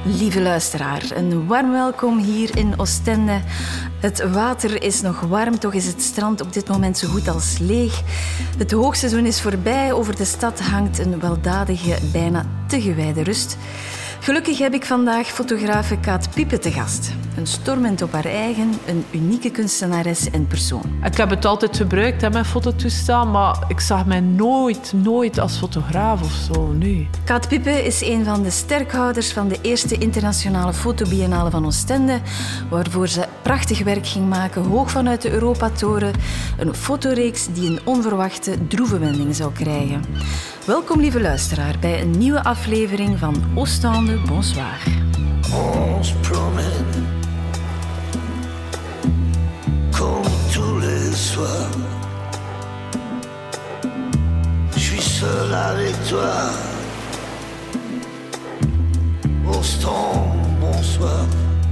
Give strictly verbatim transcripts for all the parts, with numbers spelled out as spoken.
Lieve luisteraar, een warm welkom hier in Oostende. Het water is nog warm, toch is het strand op dit moment zo goed als leeg. Het hoogseizoen is voorbij, over de stad hangt een weldadige, bijna te gewijde rust. Gelukkig heb ik vandaag fotografe Kaat Pippe te gast. Een stormend op haar eigen, een unieke kunstenares en persoon. Ik heb het altijd gebruikt, hè, mijn fototoestel, maar ik zag mij nooit, nooit als fotograaf of zo, nee. Kaat Pippe is een van de sterkhouders van de eerste internationale fotobiennale van Oostende, waarvoor ze prachtig werk ging maken, hoog vanuit de Europatoren. Een fotoreeks die een onverwachte, droeve wending zou krijgen. Welkom, lieve luisteraar, bij een nieuwe aflevering van Oostende Bonsoir. On se promène comme tous les soirs. Je suis seul avec toi. Ostende, bonsoir.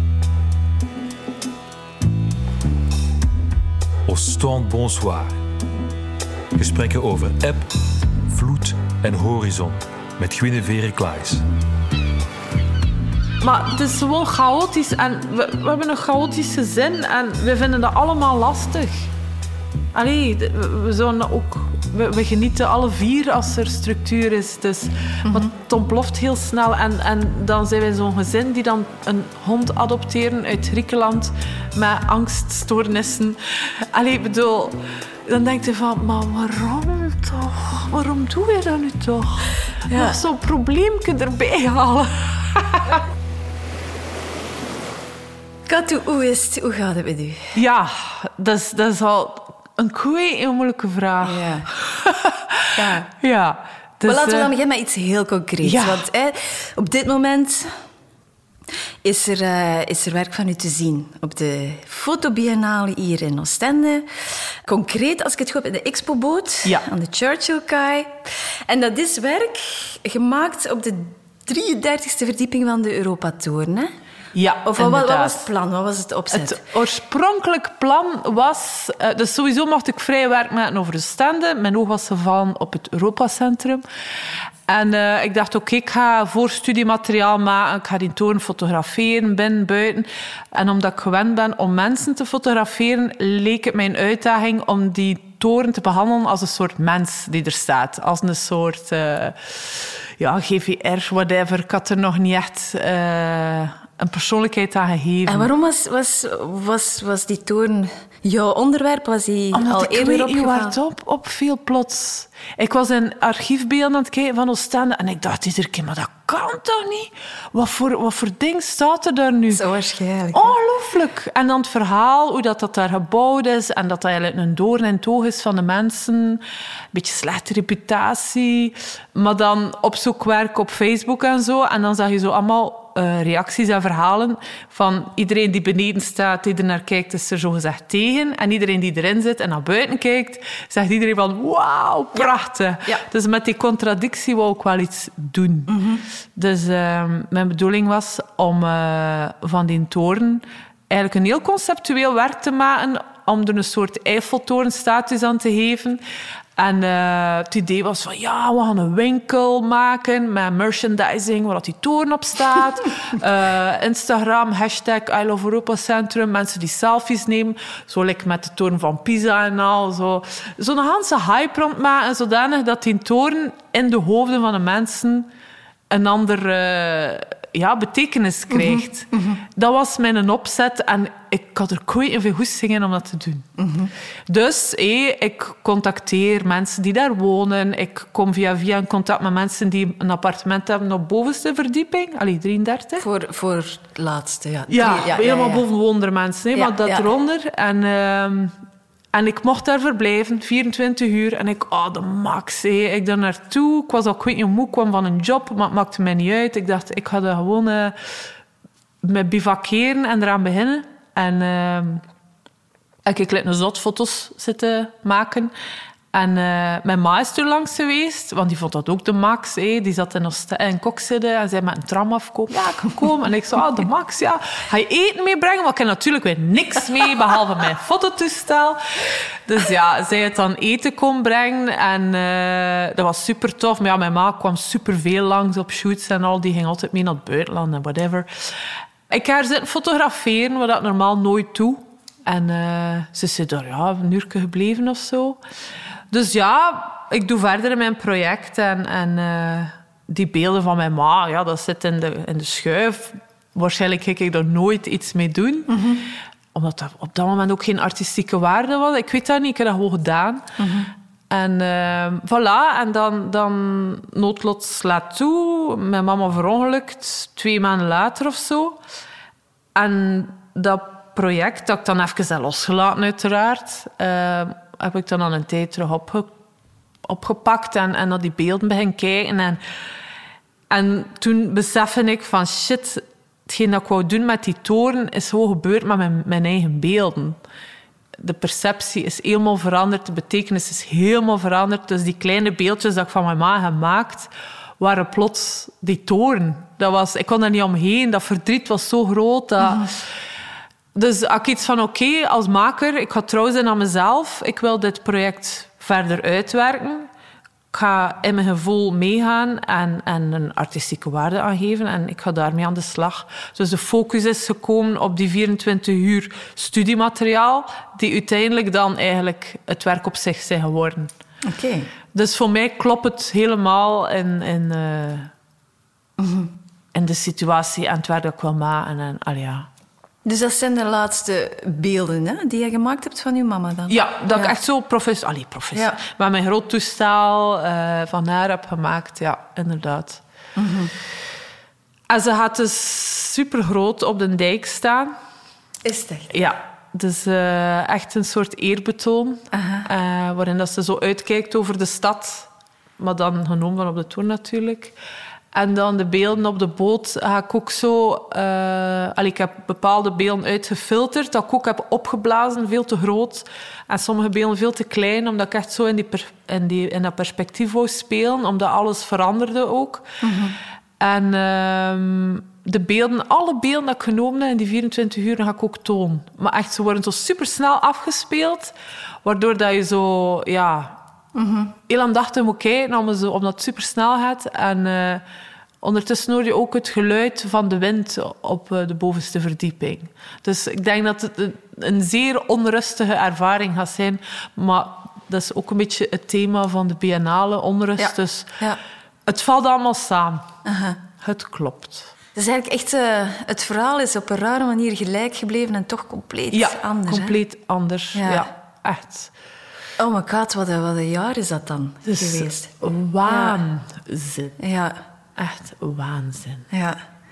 Ostende, bonsoir. Gesprekken over eb, vloed en horizon met Guinevere Klaes. Maar het is gewoon chaotisch en we, we hebben een chaotische zin en we vinden dat allemaal lastig. Allee, we, we, zouden ook, we, we genieten alle vier als er structuur is. Dus, mm-hmm. Want het ontploft heel snel en, en dan zijn wij zo'n gezin die dan een hond adopteren uit Griekenland met angststoornissen. Allee, ik bedoel, dan denk je van, maar waarom toch? Waarom doen we dat nu toch? Ja. Nog zo'n probleempje erbij halen. Kat, hoe is het? Hoe gaat het met u? Ja, dat is, dat is al een koei een moeilijke vraag. Ja. ja. ja dus, maar laten we dan uh, beginnen met iets heel concreets. Ja. Want hè, op dit moment is er, uh, is er werk van u te zien op de fotobiennale hier in Oostende. Concreet, als ik het goed heb, in de expoboot ja. aan de Churchill Kai. En dat is werk gemaakt op de drieëndertigste verdieping van de Europatoren, hè? Ja, of wat, wat was het plan? Wat was het opzet? Het oorspronkelijk plan was... Uh, dus sowieso mocht ik vrij werk maken over Oostende. Mijn oog was gevallen op het Europacentrum. En uh, ik dacht, oké, okay, ik ga voorstudiemateriaal maken. Ik ga die toren fotograferen, binnen, buiten. En omdat ik gewend ben om mensen te fotograferen, leek het mij een uitdaging om die toren te behandelen als een soort mens die er staat. Als een soort... Uh, ja, G V R, whatever. Ik had er nog niet echt... Uh, een persoonlijkheid aan gegeven. En waarom was, was, was, was die toren jouw onderwerp? Was die Omdat al ik eerder opgevallen? Omdat ik op, op veel plots. Ik was in archiefbeelden aan het kijken van Oostende en ik dacht iedere keer, maar dat kan toch niet? Wat voor, wat voor ding staat er daar nu? Zo waarschijnlijk. Ongelooflijk. En dan het verhaal, hoe dat, dat daar gebouwd is en dat dat eigenlijk een doorn in het oog is van de mensen. Een beetje slechte reputatie. Maar dan opzoekwerk op Facebook en zo. En dan zag je zo allemaal... Uh, reacties en verhalen van iedereen die beneden staat, die er naar kijkt, is er zogezegd tegen. En iedereen die erin zit en naar buiten kijkt, zegt iedereen van wauw, prachtig. Ja. Ja. Dus met die contradictie wou ik wel iets doen. Mm-hmm. Dus uh, mijn bedoeling was om uh, van die toren eigenlijk een heel conceptueel werk te maken, om er een soort Eiffeltorenstatus aan te geven. En uh, het idee was van, ja, we gaan een winkel maken met merchandising waar die toren op staat. uh, Instagram, hashtag I Love Europa Centrum, mensen die selfies nemen. Zo like met de toren van Pisa en al. Zo. Zo'n hele hype rondmaken, zodanig dat die toren in de hoofden van de mensen een andere uh, ja, betekenis krijgt. Mm-hmm. Mm-hmm. Dat was mijn opzet en ik had er kwijt veel goesting om dat te doen. Mm-hmm. Dus hey, ik contacteer mensen die daar wonen. Ik kom via via in contact met mensen die een appartement hebben op bovenste verdieping. Allee, drieëndertig. Voor, voor het laatste, ja. Ja, Drie, ja helemaal ja, ja. boven woonden mensen, hè, ja, maar dat ja. eronder. En... Uh, En ik mocht daar verblijven, vierentwintig uur. En ik, oh, de max. Hé. Ik daar naartoe. Ik was al, ik weet niet hoe moe, ik kwam van een job, maar het maakte mij niet uit. Ik dacht, ik ga er gewoon uh, met bivakeren en eraan beginnen. En uh, ik heb een zot foto's zitten maken. En uh, mijn ma is toen langs geweest, want die vond dat ook de max. Hé. Die zat in, Oost- in Kokzijde en zei met een tram afkomen. Ja, ik kan komen. En ik zei, ah, de max, ja. Ga je eten meebrengen? Want ik heb natuurlijk weer niks mee, behalve mijn fototoestel. Dus ja, zij het dan eten kon brengen. En uh, dat was super tof. Maar ja, mijn ma kwam super veel langs op shoots en al. Die ging altijd mee naar het buitenland en whatever. Ik heb haar zitten fotograferen, wat ik normaal nooit doe. En uh, ze is er ja, een uurtje gebleven of zo. Dus ja, ik doe verder in mijn project. En, en uh, die beelden van mijn ma, ja, dat zit in de, in de schuif. Waarschijnlijk ga ik er nooit iets mee doen. Mm-hmm. Omdat dat op dat moment ook geen artistieke waarde was. Ik weet dat niet, ik heb dat gewoon gedaan. Mm-hmm. En uh, voilà, en dan, dan noodlot slaat toe. Mijn mama verongelukt, twee maanden later of zo. En dat project, dat ik dan even heb losgelaten uiteraard... Uh, heb ik dan al een tijd terug opge, opgepakt en, en naar die beelden begin kijken. En, en toen besefte ik van shit, hetgeen dat ik wou doen met die toren is gewoon gebeurd met mijn, mijn eigen beelden. De perceptie is helemaal veranderd, de betekenis is helemaal veranderd. Dus die kleine beeldjes dat ik van mijn ma gemaakt, waren plots die toren. Dat was, ik kon daar niet omheen, dat verdriet was zo groot. Dat, mm. Dus had ik iets van, oké, okay, als maker, ik ga trouw zijn aan mezelf. Ik wil dit project verder uitwerken. Ik ga in mijn gevoel meegaan en, en een artistieke waarde aangeven. En ik ga daarmee aan de slag. Dus de focus is gekomen op die vierentwintig uur studiemateriaal, die uiteindelijk dan eigenlijk het werk op zich zijn geworden. Oké. Okay. Dus voor mij klopt het helemaal in, in, uh, mm-hmm. in de situatie en het werk dat ik wil maken. En, en, ja. Dus dat zijn de laatste beelden hè, die je gemaakt hebt van je mama dan? Ja, dat ja. ik echt zo professioneel... Allee, professioneel. Ja. Met mijn groot toestel uh, van haar heb gemaakt. Ja, inderdaad. Mm-hmm. En ze had dus supergroot op de dijk staan. Is het echt? Ja. Dus uh, echt een soort eerbetoon. Uh-huh. Uh, waarin dat ze zo uitkijkt over de stad. Maar dan genomen van op de toer natuurlijk. En dan de beelden op de boot ga ik ook zo... Uh, allee, ik heb bepaalde beelden uitgefilterd, dat ik ook heb opgeblazen, veel te groot. En sommige beelden veel te klein, omdat ik echt zo in, die per, in, die, in dat perspectief wou spelen. Omdat alles veranderde ook. Mm-hmm. En uh, de beelden, alle beelden dat ik genomen heb in die vierentwintig uur, ga ik ook tonen. Maar echt, ze worden zo supersnel afgespeeld, waardoor dat je zo... ja. Mm-hmm. Heel aandachtig moet kijken, omdat het supersnel gaat. En uh, ondertussen hoor je ook het geluid van de wind op uh, de bovenste verdieping. Dus ik denk dat het een, een zeer onrustige ervaring gaat zijn. Maar dat is ook een beetje het thema van de biennale, onrust. Ja. Dus ja. Het valt allemaal samen. Uh-huh. Het klopt. Dus eigenlijk echt, uh, het verhaal is op een rare manier gelijk gebleven en toch compleet ja, anders. compleet hè? anders. Ja. ja, echt. Oh my god, wat een, wat een jaar is dat dan dus geweest? Waanzin. Ja. Echt waanzin. Ja.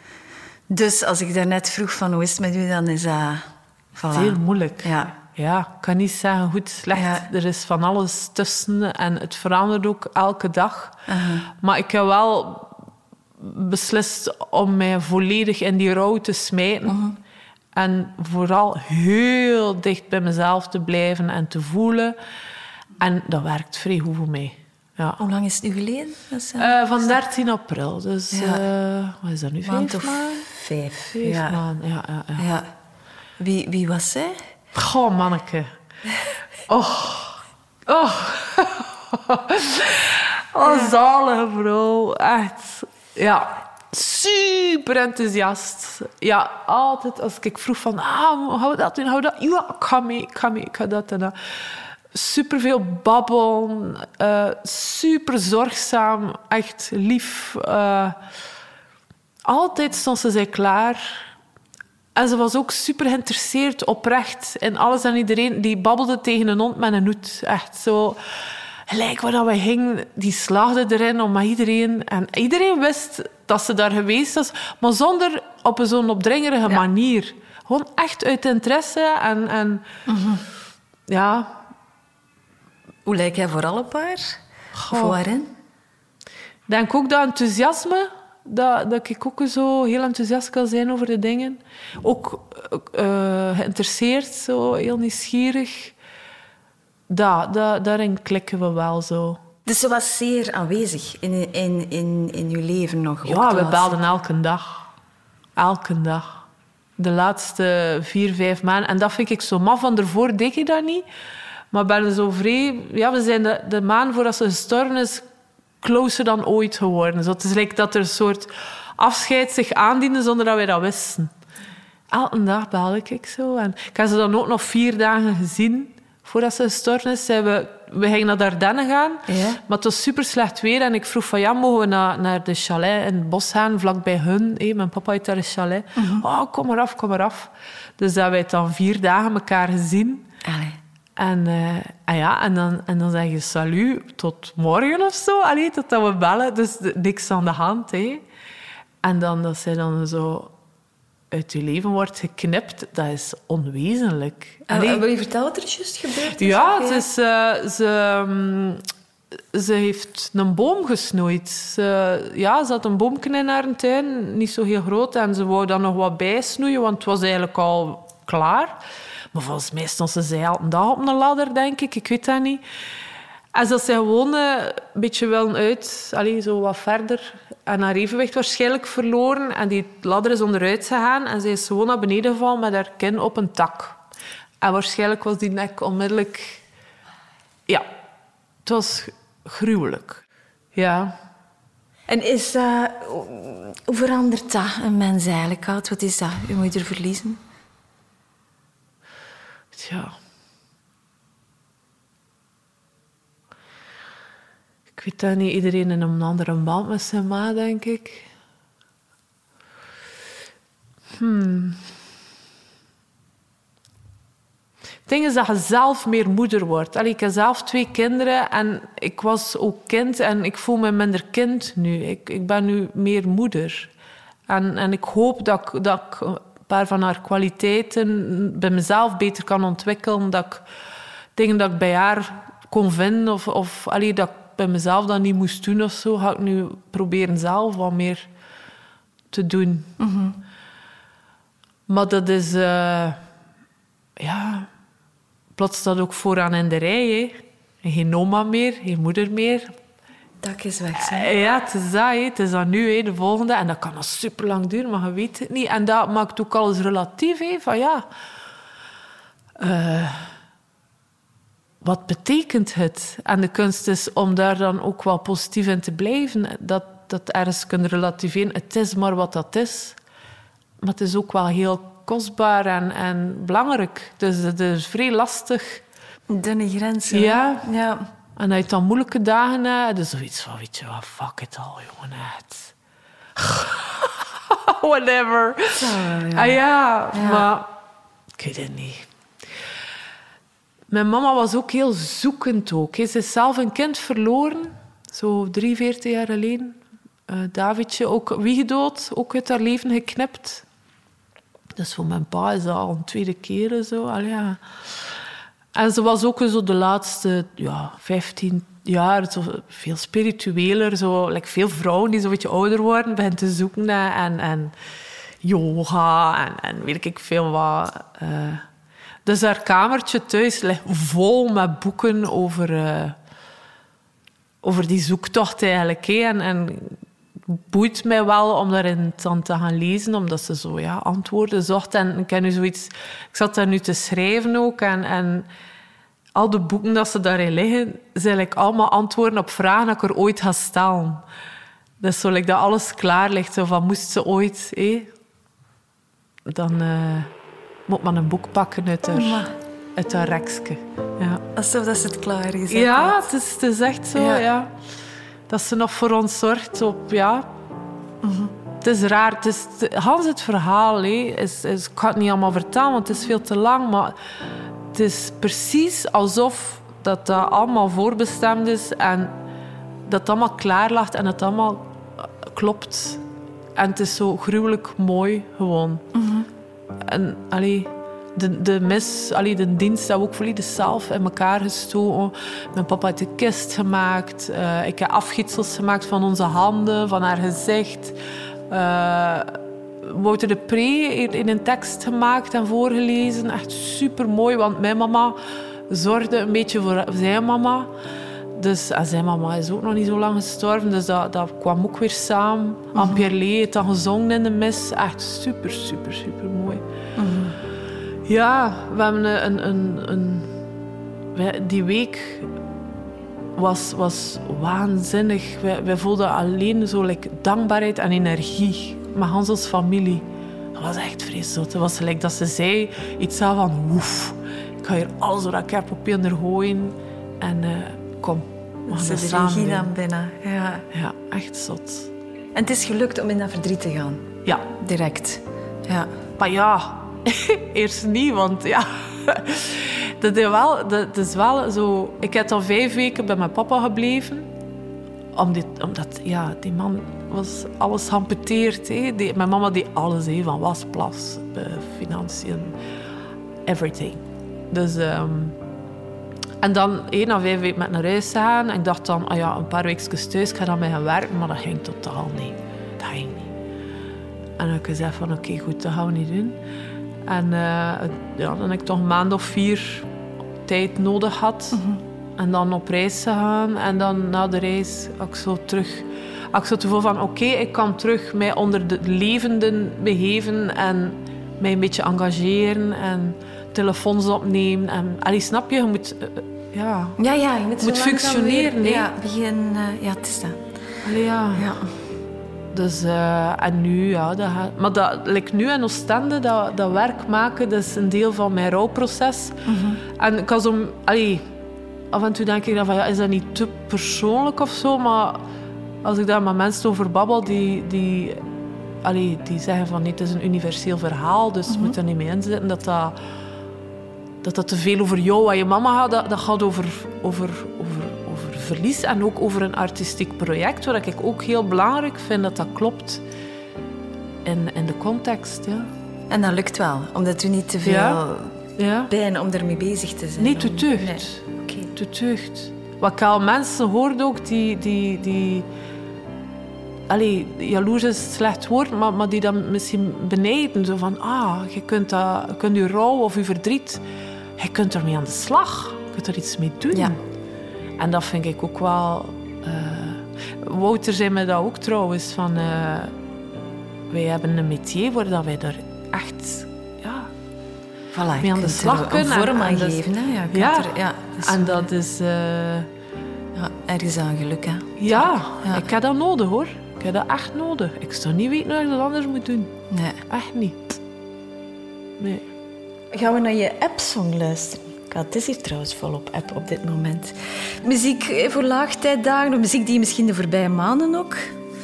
Dus als ik daarnet vroeg van hoe is het met u, dan is dat... Voilà. Heel moeilijk. Ja. Ja, ik kan niet zeggen goed, slecht. Ja. Er is van alles tussen en het verandert ook elke dag. Uh-huh. Maar ik heb wel beslist om mij volledig in die rouw te smijten. Uh-huh. En vooral heel dicht bij mezelf te blijven en te voelen. En dat werkt vrij goed voor mij. Ja. Hoe lang is het nu geleden? Is, uh, uh, van dertien april. Dus ja. uh, wat is dat nu? Maand Vijf maanden? Vijf. Vijf ja. maanden, ja. ja, ja. ja. Wie, wie was zij? Goh, manneke. Oh. Oh. Oh, zalige vrouw. Echt. Ja. Super enthousiast. Ja, altijd als ik vroeg van... Ah, hou dat doen, hou dat... Ja, ik ga mee, ik ga mee, ik ga dat en dat. Super veel babbelen. Uh, super zorgzaam. Echt lief. Uh, altijd stond ze zij klaar. En ze was ook super geïnteresseerd, oprecht. In alles en iedereen. Die babbelde tegen een hond met een hoed. Echt zo... Gelijk waar we gingen, die slaagde erin om met iedereen... En iedereen wist dat ze daar geweest was, maar zonder op een zo'n opdringerige ja. manier. Gewoon echt uit interesse en... en mm-hmm. Ja. Hoe lijkt jij vooral op haar? Of waarin? Ik denk ook dat enthousiasme... Dat, dat ik ook zo heel enthousiast kan zijn over de dingen. Ook uh, geïnteresseerd, zo heel nieuwsgierig... da, da, daarin klikken we wel zo. Dus ze was zeer aanwezig in, in, in, in uw leven nog? Ja, we belden elke dag. Elke dag. De laatste vier, vijf maanden. En dat vind ik zo maf, van daarvoor deed ik dat niet. Maar ben zo vrij... Ja, we zijn de, de maand voordat ze gestorven is closer dan ooit geworden. Zo, het is like dat er een soort afscheid zich aandiende zonder dat wij dat wisten. Elke dag belde ik zo. En ik heb ze dan ook nog vier dagen gezien voordat ze gestorven is. Zijn we, we gingen naar de Ardennen gaan, Ja. maar het was super slecht weer. En ik vroeg van, ja, mogen we naar, naar de chalet in het bos gaan, vlakbij hun. Hé, mijn papa heeft daar een chalet. Mm-hmm. Oh, kom maar af, kom maar af. Dus dat wij dan vier dagen elkaar gezien. Allee. En, uh, en, ja, en, dan, en dan zeg je salut, tot morgen of zo. Allee, totdat we bellen. Dus de, niks aan de hand. Hé. En dan dat zij dan zo uit je leven wordt geknipt, dat is onwezenlijk. En, Allee, en wil je vertellen wat er juist gebeurd is? ja, het is, uh, ze, um, ze heeft een boom gesnoeid. Ze, ja, ze had een boomje in haar tuin, niet zo heel groot. En ze wou dan nog wat bijsnoeien, want het was eigenlijk al klaar. Maar volgens mij stond ze zei al een dag op een ladder, denk ik. Ik weet dat niet. En dat ze gewoon uh, een beetje willen uit, allee, zo wat verder. En haar evenwicht waarschijnlijk verloren. En die ladder is onderuit gegaan. En zij is gewoon naar beneden gevallen met haar kin op een tak. En waarschijnlijk was die nek onmiddellijk... Ja, het was gruwelijk. Ja. En is dat... Hoe verandert dat een mens eigenlijk? Wat is dat? Je moet er verliezen? Ja. Ik weet dat niet. Iedereen in een andere band met zijn ma, denk ik. Hmm. Het ding is dat je zelf meer moeder wordt. Allee, ik heb zelf twee kinderen en ik was ook kind en ik voel me minder kind nu. Ik, ik ben nu meer moeder. En, en ik hoop dat ik, dat ik een paar van haar kwaliteiten bij mezelf beter kan ontwikkelen. Dat ik dingen dat ik bij haar kon vinden of, of allee, dat ik bij mezelf dat niet moest doen of zo, ga ik nu proberen zelf wat meer te doen. Mm-hmm. Maar dat is... Uh, ja... Plots staat ook vooraan in de rij. Hè. En geen oma meer, geen moeder meer. Dat is weg, hè? Uh, ja, het is dat. Hè. Het is dan nu, hè, de volgende. En dat kan nog super lang duren, maar je weet het niet. En dat maakt ook alles relatief. Hè, van ja... Uh, wat betekent het? En de kunst is om daar dan ook wel positief in te blijven. Dat, dat ergens kunnen relativeren. Het is maar wat dat is. Maar het is ook wel heel kostbaar en, en belangrijk. Dus het is vrij lastig. Dunne grenzen. Ja. ja. En als je dan moeilijke dagen hebt, dus zoiets van, weet je wat, fuck it all, jongen. Het. Whatever. Zo, ja. Ah, ja, ja, maar ik weet het niet. Mijn mama was ook heel zoekend ook. Ze is zelf een kind verloren, zo drie, veertien jaar geleden. Uh, Davidje, ook wiegedood, ook uit haar leven geknipt. Dus voor mijn pa is dat al een tweede keer zo. Al ja. En ze was ook zo de laatste ja, vijftien jaar zo veel spiritueler. Zo, like veel vrouwen die zo'n beetje ouder worden, beginnen te zoeken naar en, en yoga en, en weet ik veel wat. Uh, dus haar kamertje thuis ligt vol met boeken over, uh, over die zoektocht eigenlijk. Hè. En, en boeit mij wel om daarin dan te gaan lezen, omdat ze zo ja, antwoorden zocht. En ik, heb nu zoiets, ik zat daar nu te schrijven ook. En, en al de boeken dat ze daarin liggen, zijn like allemaal antwoorden op vragen dat ik er ooit ga stellen. Dus zo like dat alles klaar ligt. Zo van, moest ze ooit... Eh, dan uh, moet man een boek pakken uit haar, oh, uit haar rekske. Ja. Alsof dat ze het klaar is. Ja, het is, het is echt zo, ja. ja. Dat ze nog voor ons zorgt op, ja... Mm-hmm. Het is raar. Het is, Hans, het verhaal, hé, is, is... Ik ga het niet allemaal vertellen, want het is veel te lang, maar... Het is precies alsof dat, dat allemaal voorbestemd is en dat het allemaal klaar lag en het allemaal klopt. En het is zo gruwelijk mooi, gewoon. Mm-hmm. En, allee... De, de mis, allee, de dienst hebben we ook volledig zelf in elkaar gestoken. Mijn papa heeft de kist gemaakt. Uh, ik heb afgietsels gemaakt van onze handen, van haar gezicht. Uh, Wouter de Pre heeft in een tekst gemaakt en voorgelezen. Echt super mooi, want mijn mama zorgde een beetje voor zijn mama. Dus, en zijn mama is ook nog niet zo lang gestorven, dus dat, dat kwam ook weer samen. Mm-hmm. Ampère heeft dan gezongen in de mis. Echt super, super, super mooi. Mm-hmm. Ja, we hebben een... een, een wij, die week was, was waanzinnig. Wij, wij voelden alleen zo like, dankbaarheid en energie met Hansels familie. Dat was echt vreselijk. Het was like dat ze zei iets van... Woef, ik ga hier alles wat ik heb op je gooien. En uh, kom, we gaan dat samen regie doen. dan binnen. Ja. Ja, echt zot. En het is gelukt om in dat verdriet te gaan? Ja. Direct? Ja. Maar ja, eerst niet, want ja... dat, is wel, dat is wel zo... Ik heb dan vijf weken bij mijn papa gebleven. Omdat, omdat ja, die man was alles geamputeerd. Hè. Die, mijn mama deed alles, hè, van wasplas, uh, financiën, everything. Dus... Um, en dan, hé, na vijf weken met naar huis gaan. En ik dacht dan, ah ja, een paar weken thuis, ik ga dan mee gaan werken. Maar dat ging totaal niet. Dat ging niet. En dan heb ik gezegd van, oké, okay, goed, dat gaan we niet doen. En uh, ja, dan heb ik toch een maand of vier tijd nodig gehad. Mm-hmm. En dan op reis gegaan. En dan na de reis had ik zo terug... Had ik zo het gevoel van, oké, okay, ik kan terug mij onder de levenden begeven. En mij een beetje engageren. En telefoons opnemen. En, allee, snap je? Je moet... Uh, ja, ja, ja, je moet, moet functioneren. Weer, ja, begin, uh, ja, het is dat. Allee, ja. ja. Dus, uh, en nu, ja, dat gaat... Maar dat, like nu in Oostende, dat, dat werk maken, dat is een deel van mijn rouwproces. Mm-hmm. En ik was om... Allee, af en toe denk ik dan van, ja, is dat niet te persoonlijk of zo? Maar als ik daar met mensen over babbel, die... die allee, die zeggen van, nee, het is een universeel verhaal, dus mm-hmm. je moet er niet mee inzetten dat dat... dat dat te veel over jou en je mama gaat. Dat, dat gaat over, over, over, over verlies en ook over een artistiek project, wat ik ook heel belangrijk vind dat dat klopt in, in de context. Ja. En dat lukt wel, omdat u niet te veel ja. Ja. pijn om ermee bezig te zijn. Nee, te tucht. Nee. Okay. Te tucht. Wat ik al mensen hoorde ook, die... die, die allee, jaloers is het slecht woord, maar, maar die dan misschien benijden. Zo van, ah, je kunt, dat, je kunt je rouw of je verdriet... Je kunt ermee aan de slag. Je kunt er iets mee doen. Ja. En dat vind ik ook wel... Uh, Wouter zei me dat ook trouwens. Van, uh, wij hebben een métier waar dat wij er echt... Ja, voilà, mee aan de slag kunnen. Een vorm aan en, geven. Hè? Ja, ja, er, ja, dat en dat is... Uh, ja, ergens aan geluk, hè. Ja, ja, ik heb dat nodig, hoor. Ik heb dat echt nodig. Ik zou niet weten hoe ik dat anders moet doen. Nee. Echt niet. Nee. Gaan we naar je app-song luisteren? Ja, het is hier trouwens volop app op dit moment. Muziek voor laagtijddagen, of muziek die je misschien de voorbije maanden ook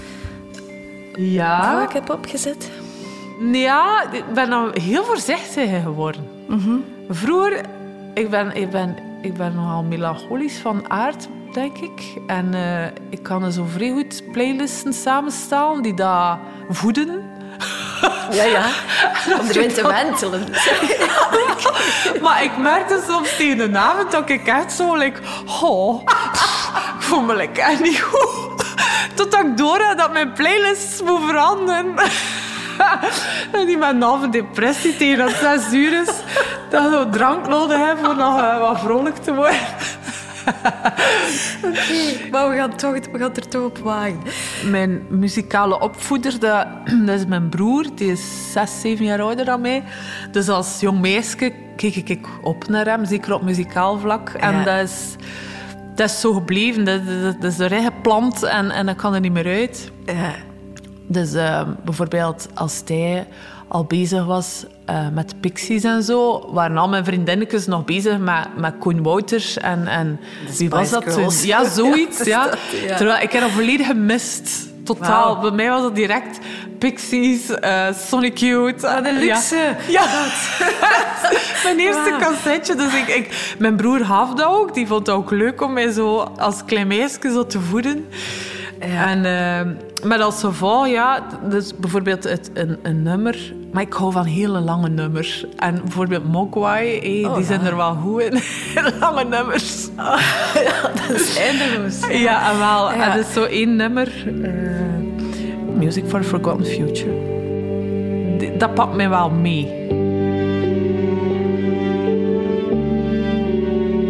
ja. vaak heb opgezet? Ja, ik ben dan heel voorzichtig geworden. Mm-hmm. Vroeger, ik ben, ik, ben, ik ben nogal melancholisch van aard, denk ik. En uh, ik kan er zo vrij goed playlisten samenstellen die dat voeden. Ja, ja. Om erin te wentelen. Maar ik merkte soms tegen de avond dat ik echt zo... Like, oh, pff, ik voel me like, echt niet goed. Totdat ik door had dat mijn playlist moet veranderen. En die met een halve depressie tegen dat zes uur is. Dat we drank nodig hebben voor nog uh, wat vrolijk te worden. Oké, okay, maar we gaan, toch, we gaan er toch op wagen. Mijn muzikale opvoeder, dat, dat is mijn broer. Die is zes, zeven jaar ouder dan mij. Dus als jong meisje keek ik op naar hem, zeker op muzikaal vlak. Ja. En dat is, dat is zo gebleven. Dat, dat, dat is erin geplant en, en dat kan er niet meer uit. Ja. Dus uh, bijvoorbeeld als hij al bezig was uh, met Pixies en zo, waren al mijn vriendinnetjes nog bezig met, met Koen Wouters en, en wie was dat toen? Ja, zoiets. Ja, dat, ja. Terwijl ik heb dat volledig gemist. Totaal. Wow. Bij mij was het direct Pixies, uh, Sonic Youth. Ah, de luxe. Ja. ja. Mijn eerste wow. cassetje. Dus ik, ik, mijn broer gaf dat ook. Die vond het ook leuk om mij zo als klein meisje zo te voeden. Ja. En, uh, met als geval, ja, dus bijvoorbeeld het, een, een nummer... Maar ik hou van hele lange nummers. En bijvoorbeeld Mogwai, hey, oh, die zijn ja. er wel goed in. Lange nummers. Oh, ja, dat is eindeloos. Ja, ja en wel. Ja. En dat is zo één nummer. Uh, Music for a Forgotten Future. Dat pakt mij wel mee.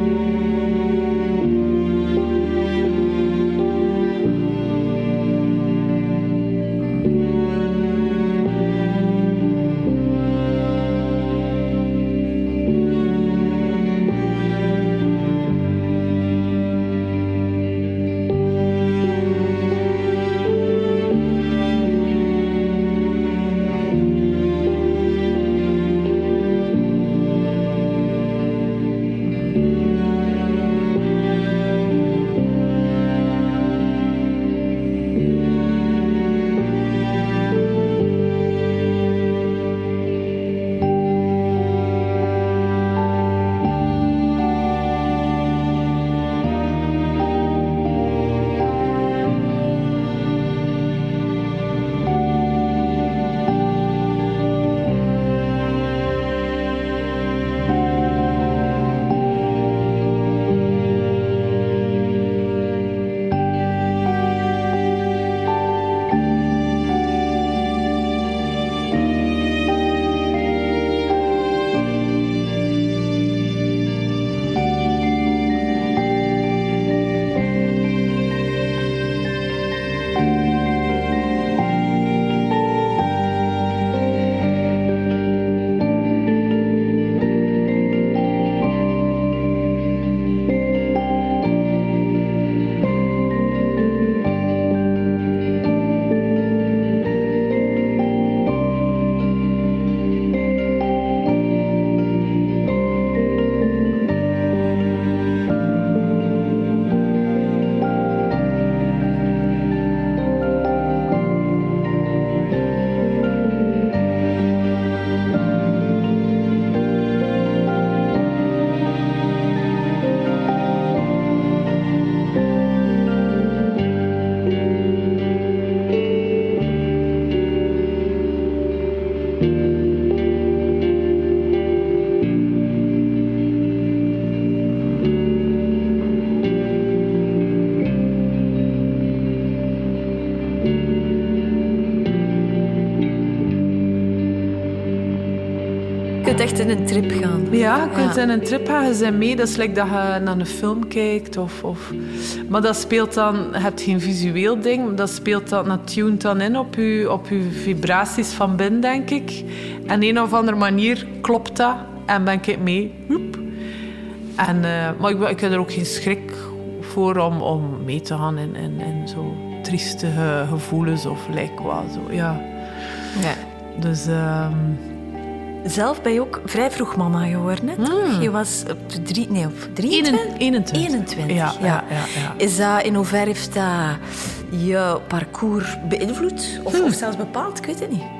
echt in een trip gaan. Ja, je kunt Ja. in een trip gaan, je bent mee. Dat is like dat je naar een film kijkt. Of, of... Maar dat speelt dan... Je hebt geen visueel ding, maar dat speelt dan... Dat tunt dan in op je, op je vibraties van binnen, denk ik. En een of andere manier klopt dat. En ben ik mee. Woep. En, uh, maar ik, ik heb er ook geen schrik voor om, om mee te gaan in, in, in zo triestige gevoelens of like wat. Zo, ja. Ja. Dus... Um... Zelf ben je ook vrij vroeg mama geworden. Hè? Mm. Je was op drie, nee, op drieëntwintig? eenentwintig. eenentwintig, Ja, ja. ja, ja, ja. Is dat, in hoeverre heeft dat je parcours beïnvloed? Of, Hmm. of zelfs bepaald? Ik weet het niet.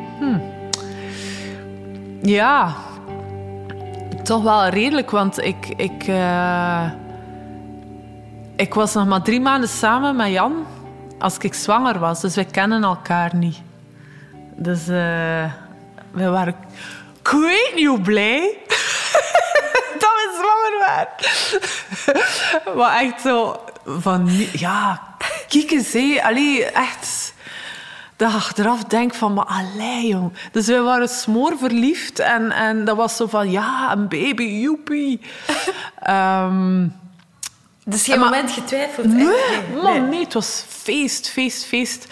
Ja, toch wel redelijk, want ik, ik, uh, ik was nog maar drie maanden samen met Jan als ik zwanger was. Dus wij kennen elkaar niet. Dus uh, we waren... Ik weet niet hoe blij dat we zwanger waren. Maar echt zo van... Ja, kijk eens, hé. Allee, echt... Dat je achteraf denk van, maar allee, jong. Dus wij waren smoorverliefd en, en dat was zo van, ja, een baby, joepie. um, Dus geen maar, moment getwijfeld? Nee, nee, man, nee, het was feest, feest, feest.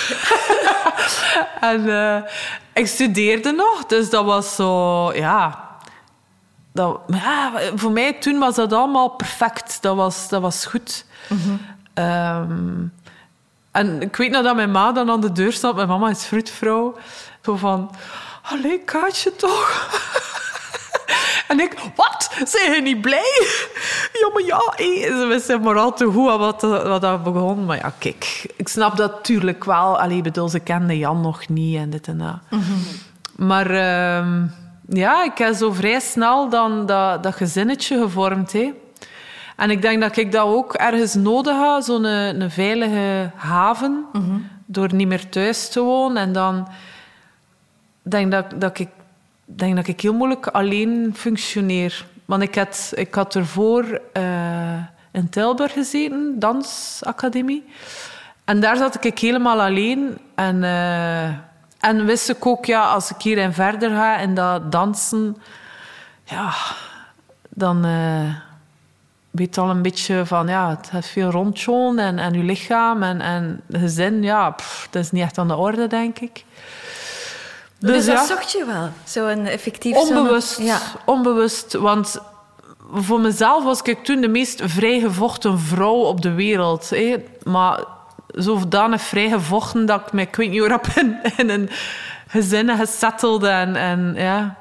en uh, ik studeerde nog, dus dat was zo, ja... Dat, ja, voor mij toen was dat allemaal perfect. Dat was, dat was goed. Mm-hmm. Um, en ik weet nog dat mijn ma dan aan de deur stond. Mijn mama is fruitvrouw. Zo van... Allee, Kaatje toch? En ik... Wat? Zijn je niet blij? Ja, maar ja. Hey. Ze wisten maar al te goed wat, wat dat begon. Maar ja, kijk. Ik snap dat natuurlijk wel. Allee, bedoel, ze kende Jan nog niet en dit en dat. Mm-hmm. Maar... Um, ja, ik heb zo vrij snel dan dat, dat gezinnetje gevormd. Hè. En ik denk dat ik dat ook ergens nodig had, zo'n een, een veilige haven, mm-hmm. door niet meer thuis te wonen. En dan denk dat, dat ik denk dat ik heel moeilijk alleen functioneer. Want ik had, ik had ervoor uh, in Tilburg gezeten, dansacademie. En daar zat ik helemaal alleen. En... Uh, En wist ik ook, ja, als ik hierin verder ga en dat dansen, ja, dan uh, weet je al een beetje van, ja, het heeft veel rondjoen en, en je lichaam en, en gezin, ja, pff, dat is niet echt aan de orde, denk ik. Dus, dus dat ja, zocht je wel, zo'n effectief... Onbewust, zo'n... Ja. onbewust, want voor mezelf was ik toen de meest vrijgevochten vrouw op de wereld. Hè. Maar... zodanig vrijgevochten dat ik me, ik weet niet hoe rap in, in een gezin gesetteld en, en ja.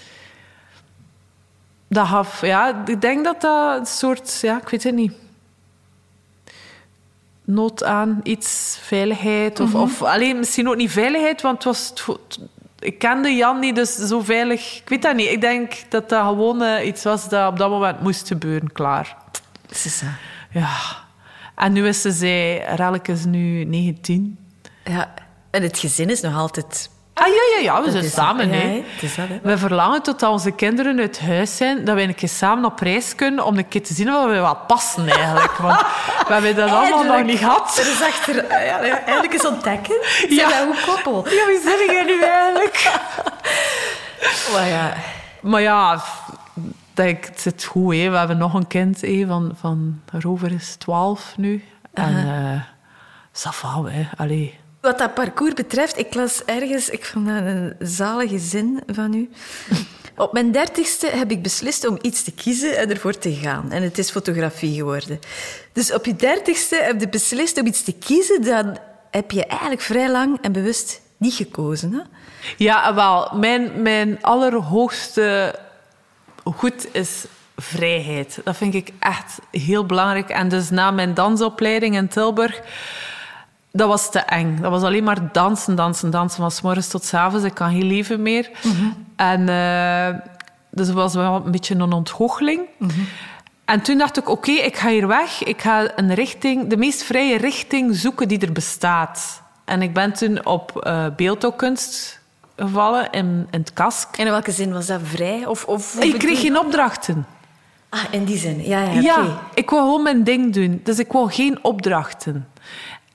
Dat gaf, ja, ik denk dat dat een soort, ja, ik weet het niet. Nood aan iets, veiligheid of, mm-hmm. of alleen misschien ook niet veiligheid, want het was, het, ik kende Jan niet, dus zo veilig, ik weet dat niet. Ik denk dat dat gewoon uh, iets was dat op dat moment moest gebeuren, klaar. Is dat? Ja. En nu is ze, zij, Relke is nu negentien. Ja, en het gezin is nog altijd... Ah, ja, ja, ja, we zijn is, samen. Ja, hè. het is dat, hè. We verlangen tot onze kinderen uit huis zijn, dat we een keer samen op reis kunnen, om een keer te zien of we wat passen, eigenlijk. Want we hebben dat allemaal nog niet gehad. Er is achter... Ja, ja, eigenlijk is ontdekken. Zijn ja. wij een koppel? Ja, wie zijn jij nu eigenlijk? Maar ja... Maar ja... Denk, het zit goed, hè. We hebben nog een kind hè, van, van Rover is twaalf nu. En uh, ça va, hè. Allee. Wat dat parcours betreft, ik las ergens... Ik vond dat een zalige zin van u. Op mijn dertigste heb ik beslist om iets te kiezen en ervoor te gaan. En het is fotografie geworden. Dus op je dertigste heb je beslist om iets te kiezen, dan heb je eigenlijk vrij lang en bewust niet gekozen, hè? Ja, wel. Mijn, mijn allerhoogste... goed is vrijheid. Dat vind ik echt heel belangrijk. En dus na mijn dansopleiding in Tilburg, dat was te eng. Dat was alleen maar dansen, dansen, dansen. Van 's morgens tot 's avonds. Ik kan geen leven meer. Mm-hmm. En uh, dus het was wel een beetje een ontgoocheling. Mm-hmm. En toen dacht ik, oké, okay, ik ga hier weg. Ik ga een richting, de meest vrije richting zoeken die er bestaat. En ik ben toen op uh, beeldhouwkunst gevallen in, in het Kask. En in welke zin was dat vrij? Of, of, ik kreeg geen opdrachten. Ah, in die zin. Ja, ja, ja okay. Ik wou gewoon mijn ding doen. Dus ik wou geen opdrachten.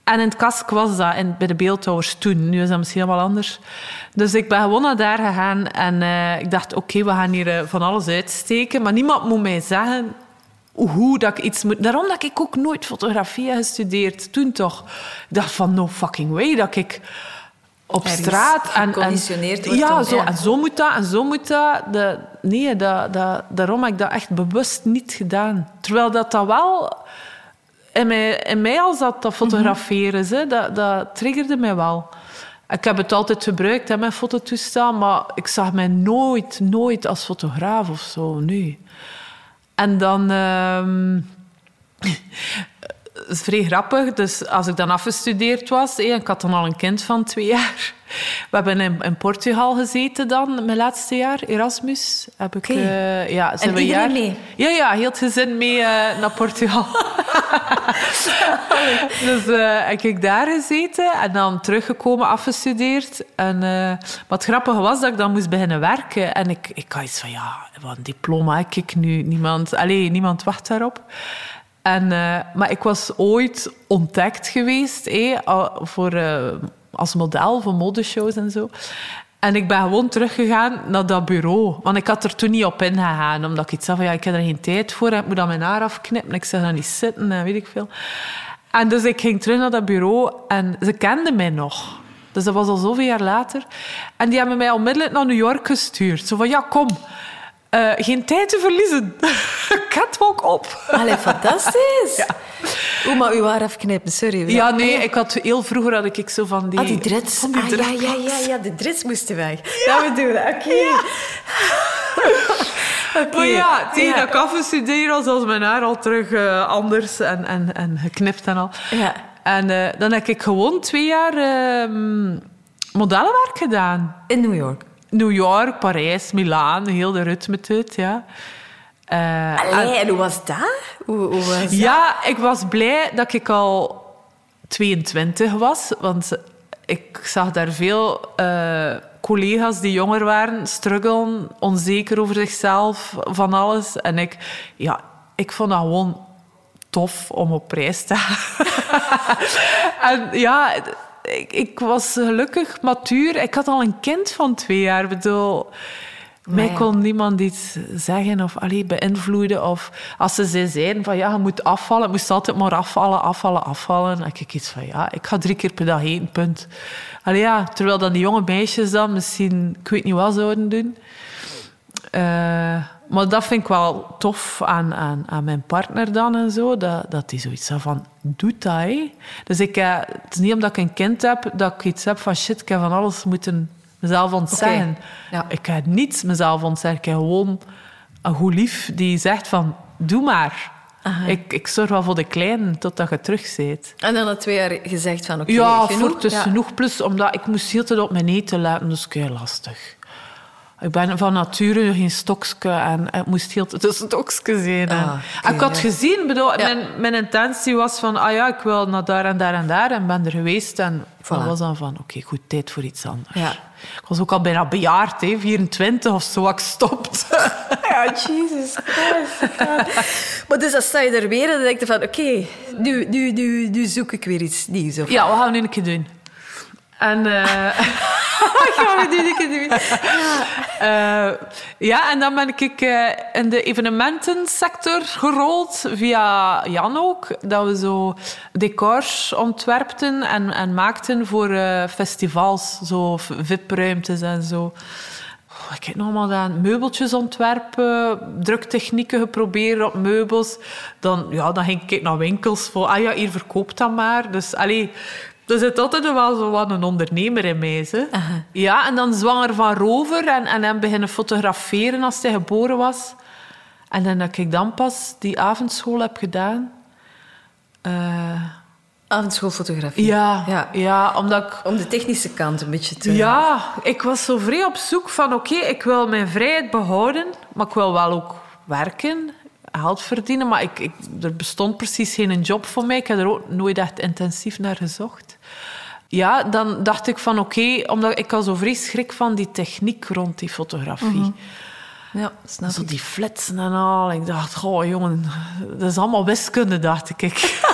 En in het Kask was dat, in, bij de beeldhouwers toen. Nu is dat misschien allemaal anders. Dus ik ben gewoon naar daar gegaan. En uh, ik dacht, oké, okay, we gaan hier uh, van alles uitsteken. Maar niemand moet mij zeggen hoe dat ik iets moet... Daarom dat ik ook nooit fotografie heb gestudeerd. Toen toch. Ik dacht van, no fucking way, dat ik op ergens straat... En, geconditioneerd en, wordt. ja, om, zo, ja, en zo moet dat, en zo moet dat. De, nee, dat, dat, daarom heb ik dat echt bewust niet gedaan. Terwijl dat, dat wel... In mij, in mij als dat, dat fotograferen, mm-hmm. hè, dat, dat triggerde mij wel. Ik heb het altijd gebruikt, hè, mijn fototoestel, maar ik zag mij nooit, nooit als fotograaf of zo, nee. En dan... Uh, dat is vrij grappig. Dus als ik dan afgestudeerd was, hé, ik had dan al een kind van twee jaar. We hebben in, in Portugal gezeten dan, mijn laatste jaar, Erasmus. Heb ik, okay. uh, ja, zijn en we iedereen jaar... mee? Ja, ja, heel het gezin mee uh, naar Portugal. Dus uh, heb ik daar gezeten en dan teruggekomen, afgestudeerd. En, uh, maar het grappige was dat ik dan moest beginnen werken. En ik, ik had iets van, ja, wat een diploma heb ik nu. Niemand, allez, niemand wacht daarop. En, uh, maar ik was ooit ontdekt geweest eh, voor, uh, als model voor modeshows en zo. En ik ben gewoon teruggegaan naar dat bureau. Want ik had er toen niet op ingegaan. Omdat ik iets zei van, ja, ik heb er geen tijd voor. Ik moet dan mijn haar afknippen. Ik zeg dan niet zitten en weet ik veel. En dus ik ging terug naar dat bureau. En ze kenden mij nog. Dus dat was al zoveel jaar later. En die hebben mij onmiddellijk naar New York gestuurd. Zo van, ja, kom. Uh, geen tijd te verliezen. Catwalk op. Allee, fantastisch. Ja. Oeh, maar uw haar afknippen, sorry. Ja, nee, ik had heel vroeger had ik zo van die... Ah, die dreads. Van die ah, dreads. ja, ja, ja, ja, de dreads moesten weg. Ja, dat we doen. Oké. Okay. Ja. Okay. Maar ja, tegen dat ik afgestudeerd was, was mijn haar al terug uh, anders en, en, en geknipt en al. Ja. En uh, dan heb ik gewoon twee jaar uh, modellenwerk gedaan. In New York? New York, Parijs, Milaan, heel de rit met het, ja. Uh, Allee, en, en hoe was dat? Hoe, hoe was dat? Ja, ik was blij dat ik al tweeëntwintig was, want ik zag daar veel uh, collega's die jonger waren, struggelen, onzeker over zichzelf, van alles. En ik, ja, ik vond dat gewoon tof om op reis te gaan. En ja... Ik, ik was gelukkig matuur. Ik had al een kind van twee jaar. Ik bedoel, mij ja. kon niemand iets zeggen of allee, beïnvloeden. Of als ze zeiden van ja, je moet afvallen. Ik moest altijd maar afvallen, afvallen, afvallen. En ik iets van ja, ik ga drie keer per dag eten, punt. Allee, ja, terwijl dan die jonge meisjes dan misschien, ik weet niet wat zouden doen. Uh, maar dat vind ik wel tof aan, aan, aan mijn partner dan en zo. Dat, dat hij zoiets van, doe dat, hè. Dus ik, uh, het is niet omdat ik een kind heb, dat ik iets heb van shit, ik heb van alles moeten mezelf ontzeggen. Okay. Ja. Ik heb niets mezelf ontzeggen. Ik heb gewoon een goed lief die zegt van, doe maar. Ik, ik zorg wel voor de kleinen totdat je terug bent. En dan na twee jaar gezegd van, oké, okay, ja, genoeg? Het is ja. genoeg. Plus, omdat ik moest heel tijd op mijn eten laten, dus kei lastig. Ik ben van nature geen stokske en het moest heel een stokske zijn. Ah, okay, ik had ja. gezien, bedoel, ja. mijn, mijn intentie was van, ah ja, ik wil naar daar en daar en daar en ben er geweest. En voilà. Dat was dan van, oké, okay, goed, tijd voor iets anders. Ja. Ik was ook al bijna bejaard, hè, vierentwintig of zo, ik stopt. Ja, Jesus Christ. Maar dus dan sta je er weer en dan denk je van, oké, okay, nu, nu, nu, nu zoek ik weer iets nieuws. Of... Ja, wat gaan we nu een keer doen? En... Uh... Wat gaan we nu een keer doen? Ja. Uh, ja, en dan ben ik uh, in de evenementensector gerold, via Jan ook. Dat we zo decors ontwerpten en, en maakten voor uh, festivals, zo V I P-ruimtes en zo. Oh, ik heb nog allemaal gedaan. Meubeltjes ontwerpen, druktechnieken geprobeerd op meubels. Dan, ja, dan ging ik naar winkels voor, ah ja, hier verkoopt dat maar. Dus, allee... Er zit altijd wel zo wat een ondernemer in mij. Hè. Ja, en dan zwanger van Rover en, en hem beginnen fotograferen als hij geboren was. En dan dat ik dan pas die avondschool heb gedaan. Uh... Avondschoolfotografie. Ja, ja. ja, omdat ik... Om de technische kant een beetje te... Ja, ik was zo vrij op zoek van... Oké, okay, ik wil mijn vrijheid behouden, maar ik wil wel ook werken... geld verdienen, maar ik, ik, er bestond precies geen job voor mij. Ik heb er ook nooit echt intensief naar gezocht. Ja, dan dacht ik van oké, okay, omdat ik al zo vrij schrik van die techniek rond die fotografie. Mm-hmm. Ja, snap zo ik. die flitsen en al. Ik dacht, goh jongen, dat is allemaal wiskunde, dacht ik.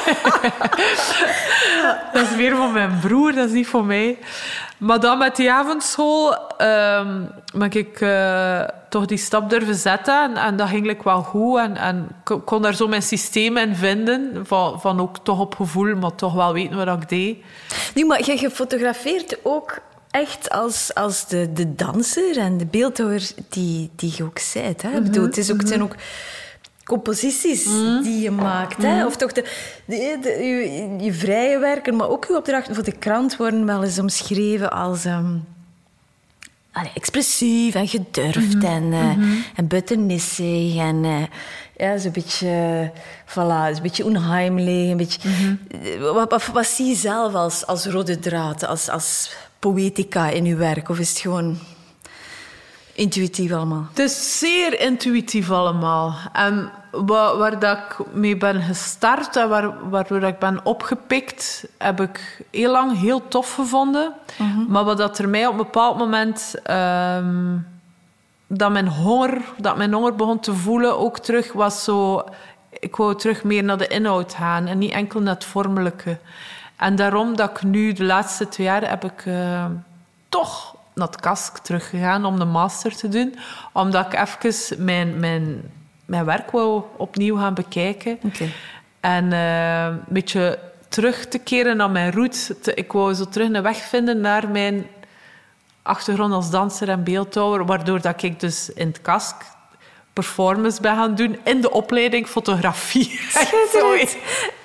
Dat is meer van mijn broer, dat is niet voor mij. Maar dan met die avondschool um, ben ik uh, toch die stap durven zetten. En, en dat ging like wel goed. En, en ik kon daar zo mijn systeem in vinden. Van, van ook toch op gevoel, maar toch wel weten wat ik deed. Nu, maar je, je fotografeert ook echt als, als de, de danser en de beeldhouwer die, die je ook bent. Hè? Mm-hmm. Ik bedoel, het, is ook, het zijn ook composities mm. die je maakt. Hè? Mm. Of toch de, de, de, je, je vrije werken, maar ook je opdrachten voor de krant worden wel eens omschreven als um, allee, expressief en gedurfd mm-hmm. en, uh, mm-hmm. en buitennissig en uh, ja, zo'n beetje, voilà, een beetje onheimelijk. Een beetje, mm-hmm. wat, wat, wat zie je zelf als, als rode draad, als, als poëtica in je werk? Of is het gewoon intuïtief allemaal? Het is zeer intuïtief allemaal. En waar, waar dat ik mee ben gestart en waar, waardoor ik ben opgepikt, heb ik heel lang heel tof gevonden. Mm-hmm. Maar wat dat er mij op een bepaald moment... Um, dat mijn honger, dat mijn honger begon te voelen, ook terug was zo... Ik wou terug meer naar de inhoud gaan en niet enkel naar het vormelijke. En daarom dat ik nu, de laatste twee jaar, heb ik uh, toch naar het Kask teruggegaan om de master te doen. Omdat ik even mijn, mijn, mijn werk wou opnieuw gaan bekijken. Okay. En uh, een beetje terug te keren naar mijn roots. Ik wou zo terug een weg vinden naar mijn achtergrond als danser en beeldhouwer. Waardoor dat ik dus in het Kask performance ben gaan doen in de opleiding fotografie. Schitterend.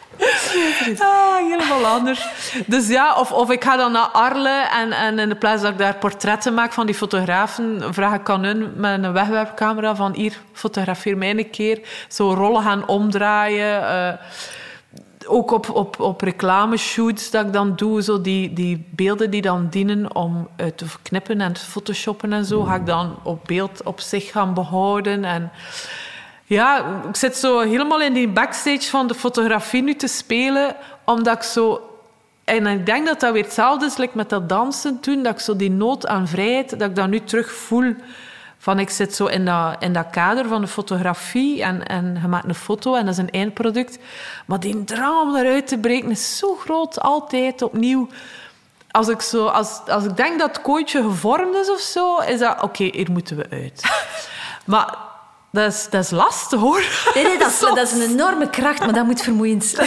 Ah, helemaal anders. Dus ja, of, of ik ga dan naar Arles en, en in de plaats dat ik daar portretten maak van die fotografen, vraag ik aan hun met een wegwerpcamera van hier, fotografeer mij een keer. Zo rollen gaan omdraaien. Uh, ook op, op, op reclameshoots dat ik dan doe, zo die, die beelden die dan dienen om uit te knippen en te photoshoppen en zo, ga ik dan op beeld op zich gaan behouden. En ja, ik zit zo helemaal in die backstage van de fotografie nu te spelen, omdat ik zo... En ik denk dat dat weer hetzelfde is like met dat dansen toen, dat ik zo die nood aan vrijheid, dat ik dat nu terug voel. Van ik zit zo in dat, in dat kader van de fotografie en, en je maakt een foto en dat is een eindproduct. Maar die drang om eruit te breken is zo groot, altijd opnieuw. Als ik, zo, als, als ik denk dat het kooitje gevormd is of zo, is dat... Oké, okay, hier moeten we uit. Maar dat is, dat is lastig, hoor. Nee, nee, dat is, dat is een enorme kracht, maar dat moet vermoeiend zijn.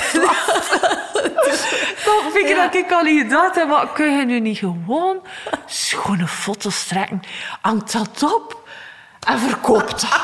Toch vind ik ja. dat ik al niet gedacht heb, maar kun je nu niet gewoon schone foto's trekken? Hangt dat op en verkoopt dat.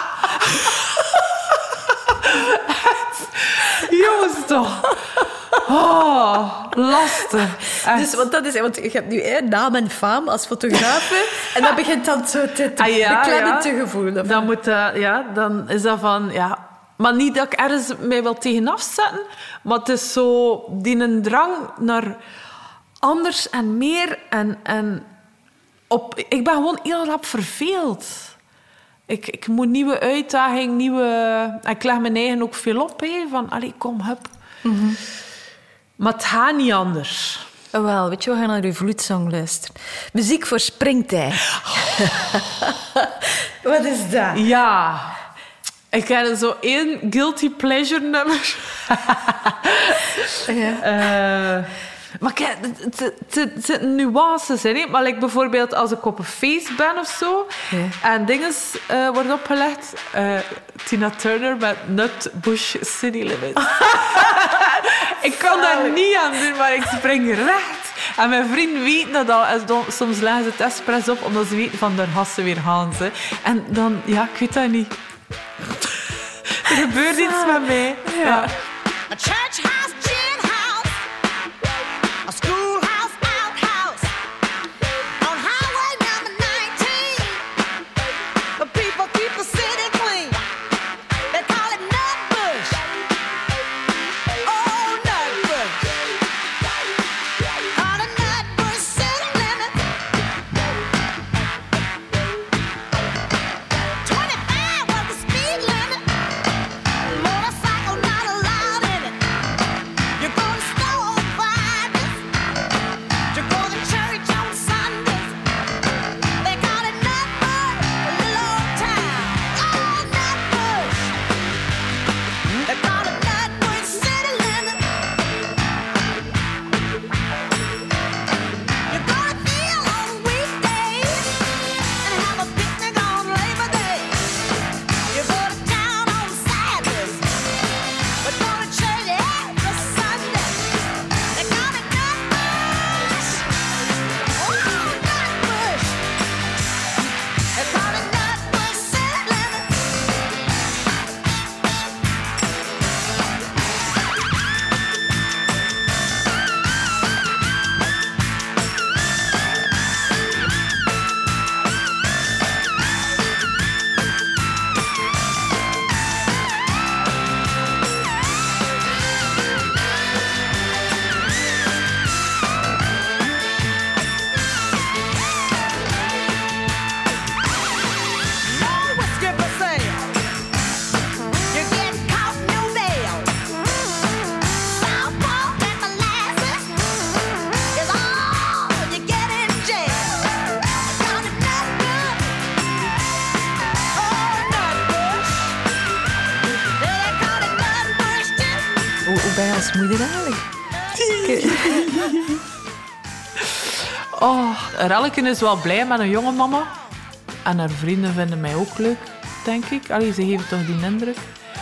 Jongens toch. Oh, lastig. Dus, want, dat is, want je hebt nu hè, naam en faam als fotografe en dat begint dan zo te, te ah, ja, beklemmend ja. te gevoelen. Dan, moet, uh, ja, dan is dat van... Ja, maar niet dat ik ergens mij wil tegenaf zetten, maar het is zo die een drang naar anders en meer. En, en op, ik ben gewoon heel rap verveeld. Ik, ik moet nieuwe uitdaging, nieuwe... Ik leg mijn eigen ook veel op, hè, van allee, kom, hup. Mm-hmm. Maar het gaat niet anders. Oh, wel, weet je, we gaan naar uw vloedsong luisteren. Muziek voor springtij. Wat is dat? Ja... Ik heb zo één guilty pleasure nummer. ja. uh, maar kijk, het zitten nuances in. Hè? Maar like bijvoorbeeld als ik op een feest ben of zo... Ja. En dingen uh, worden opgelegd... Uh, Tina Turner met Nutbush City Limits. Ik kan daar niet aan doen, maar ik spring recht. En mijn vrienden weten dat al. En dan, soms leggen ze het expres op, omdat ze weten van daar gaan ze weer gaan. Ze. En dan... Ja, ik weet dat niet. Er gebeurt iets met mij. Ja. Ja. A church house, gin house, a schoolhouse, outhouse, on highway number nineteen. The people keep the city clean. They call it Nutbush. Oh, Nutbush. On a Nutbush city limit. twenty-five was the speed limit. Motorcycle not allowed in it. als moeder eigenlijk. Oh, Relken is wel blij met een jonge mama. En haar vrienden vinden mij ook leuk, denk ik. Allee, ze geven toch die indruk.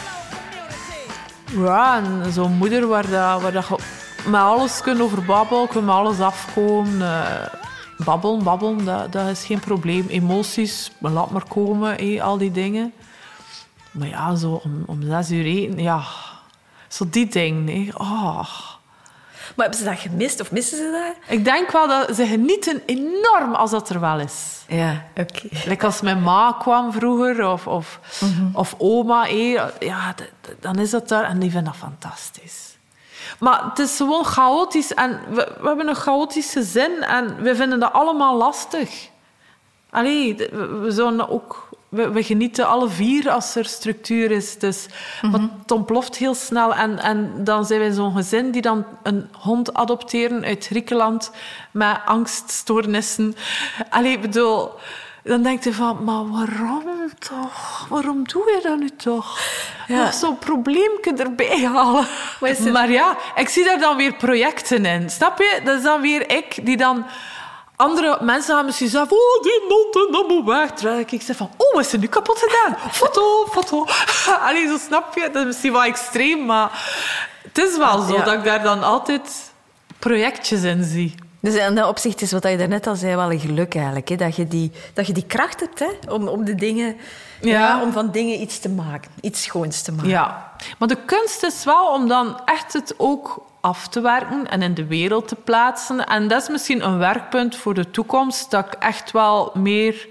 Ja, en zo'n moeder waar, dat, waar dat je met alles kunt over babbelen, kunt met alles afkomen. Uh, babbelen, babbelen, dat, dat is geen probleem. Emoties, laat maar komen, hé, al die dingen. Maar ja, zo om, om zes uur eten, ja. Zo die dingen, hè. Oh. Maar hebben ze dat gemist of missen ze dat? Ik denk wel dat ze genieten enorm als dat er wel is. Ja, oké. Okay. Like als mijn ma kwam vroeger, of, of, mm-hmm. of oma, hé, ja, d- d- dan is dat daar. En die vinden dat fantastisch. Maar het is gewoon chaotisch. En we, we hebben een chaotische zin. En we vinden dat allemaal lastig. Allee, we, we zouden ook... We, we genieten alle vier als er structuur is. Dus, mm-hmm. Want het ontploft heel snel. En, en dan zijn wij zo'n gezin die dan een hond adopteren uit Griekenland met angststoornissen. Allee, ik bedoel... Dan denk je van, maar waarom toch? Waarom doe je dat nu toch? Ja. Nog zo'n probleempje erbij halen. Maar, maar ja, ik zie daar dan weer projecten in. Snap je? Dat is dan weer ik die dan... Andere mensen gaan misschien zeggen, oh, die noten, dat moet weg. Terwijl ik zeg van, oh, is ze nu kapot gedaan? Foto, foto. Allee, zo snap je. Dat is misschien wel extreem, maar het is wel zo ja. dat ik daar dan altijd projectjes in zie. Dus in dat opzicht is wat je daarnet al zei wel een geluk eigenlijk. Hè? Dat, je die, dat je die kracht hebt hè? Om, om de dingen... Ja. Ja, om van dingen iets te maken. Iets schoons te maken. Ja. Maar de kunst is wel om dan echt het ook af te werken en in de wereld te plaatsen. En dat is misschien een werkpunt voor de toekomst, dat ik echt wel meer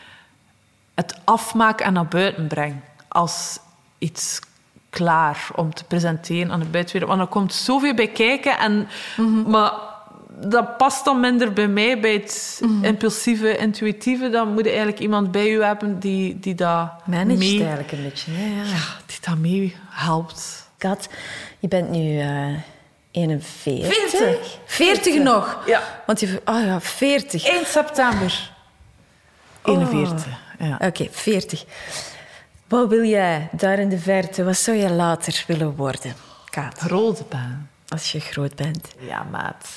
het afmaak en naar buiten breng. Als iets klaar om te presenteren aan de buitenwereld. Want er komt zoveel bij kijken. En, mm-hmm. Maar dat past dan minder bij mij, bij het mm-hmm. impulsieve, intuïtieve. Dan moet je eigenlijk iemand bij je hebben die, die dat Managed mee... eigenlijk een beetje. Hè? Ja. Ja, die dat mee helpt. Kat, je bent nu uh, eenenveertig. veertig. veertig nog? Ja. Want je... Oh ja, veertig. eind september. eenenveertig. Oh. Ja. Oké, okay, veertig. Wat wil jij daar in de verte? Wat zou je later willen worden, Kaat? Grote baan. Als je groot bent. Ja, maat.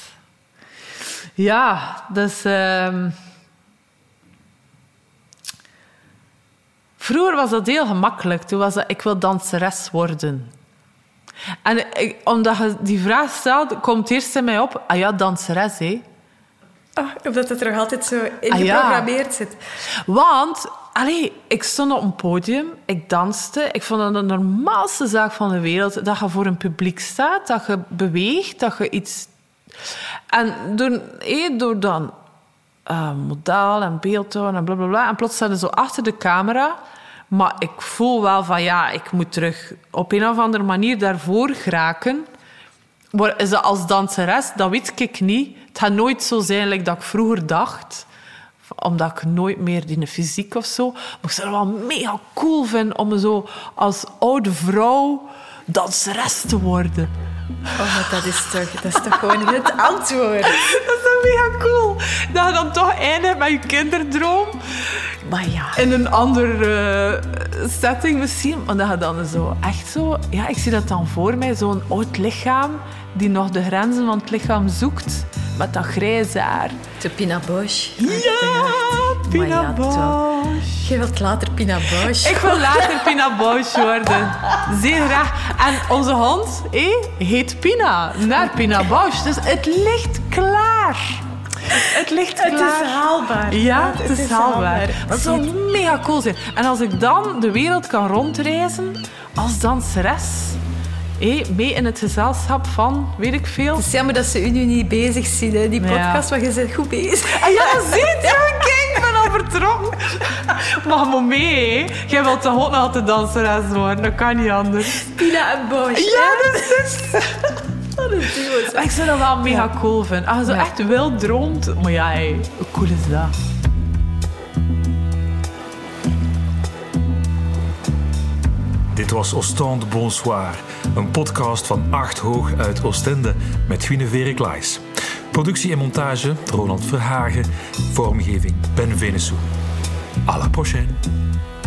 Ja, dus... Uh... Vroeger was dat heel gemakkelijk. Toen was dat, ik wil danseres worden. En ik, omdat je die vraag stelt, komt eerst in mij op... Ah ja, danseres, hé. Oh, omdat het er nog altijd zo ingeprogrammeerd ah, ja. zit. Want... Allee, ik stond op een podium, ik danste. Ik vond dat de normaalste zaak van de wereld. Dat je voor een publiek staat, dat je beweegt, dat je iets... En door, eh, door dan uh, model en beeldhouden en blablabla. En plots staan ze zo achter de camera. Maar ik voel wel van, ja, ik moet terug op een of andere manier daarvoor geraken. Maar is dat als danseres? Dat weet ik niet. Het gaat nooit zo zijn like dat ik vroeger dacht... Omdat ik nooit meer die fysiek of zo... Maar ik zou het wel mega cool vinden om zo als oude vrouw danseres te worden. Oh, maar dat is toch, dat is toch gewoon het antwoord. Dat is toch mega cool. Dat je dan toch eindigt met je kinderdroom. Maar ja. In een andere uh, setting misschien. Maar dat je dan zo echt zo... Ja, ik zie dat dan voor mij. Zo'n oud lichaam die nog de grenzen van het lichaam zoekt. Met dat grijze haar. De Pina Bausch. Ja, Pina ja, Bausch. Je wilt later Pina Bausch. Ik wil later Pina Bausch worden. Zeer graag. En onze hond eh, heet Pina. Naar Pina Bausch. Dus het ligt klaar. Het ligt klaar. Het is haalbaar. Ja, het, het is, is haalbaar. haalbaar. Dat zou mega cool zijn. En als ik dan de wereld kan rondreizen als danseres... Hey, mee in het gezelschap van, weet ik veel. Het is jammer dat ze u nu niet bezig zien, hè, die podcast, ja. Maar je bent goed bezig. Ah ja, dat ziet je. Kijk, ik ben al vertrokken. Maar moet mee, hè. Jij wilt toch ook nog altijd danseres worden? Dat kan niet anders. Pina en Bausch. Ja, dat is het. Dat is duo. Maar ik zou dat wel mega ja. cool vinden. Als je zo ja. echt wild droomt. Maar ja, hey, hoe cool is dat? Dit was Ostende Bonsoir, een podcast van acht hoog uit Oostende met Guinevere Klaes. Productie en montage Roland Verhagen, vormgeving Ben Venesou. À la prochaine.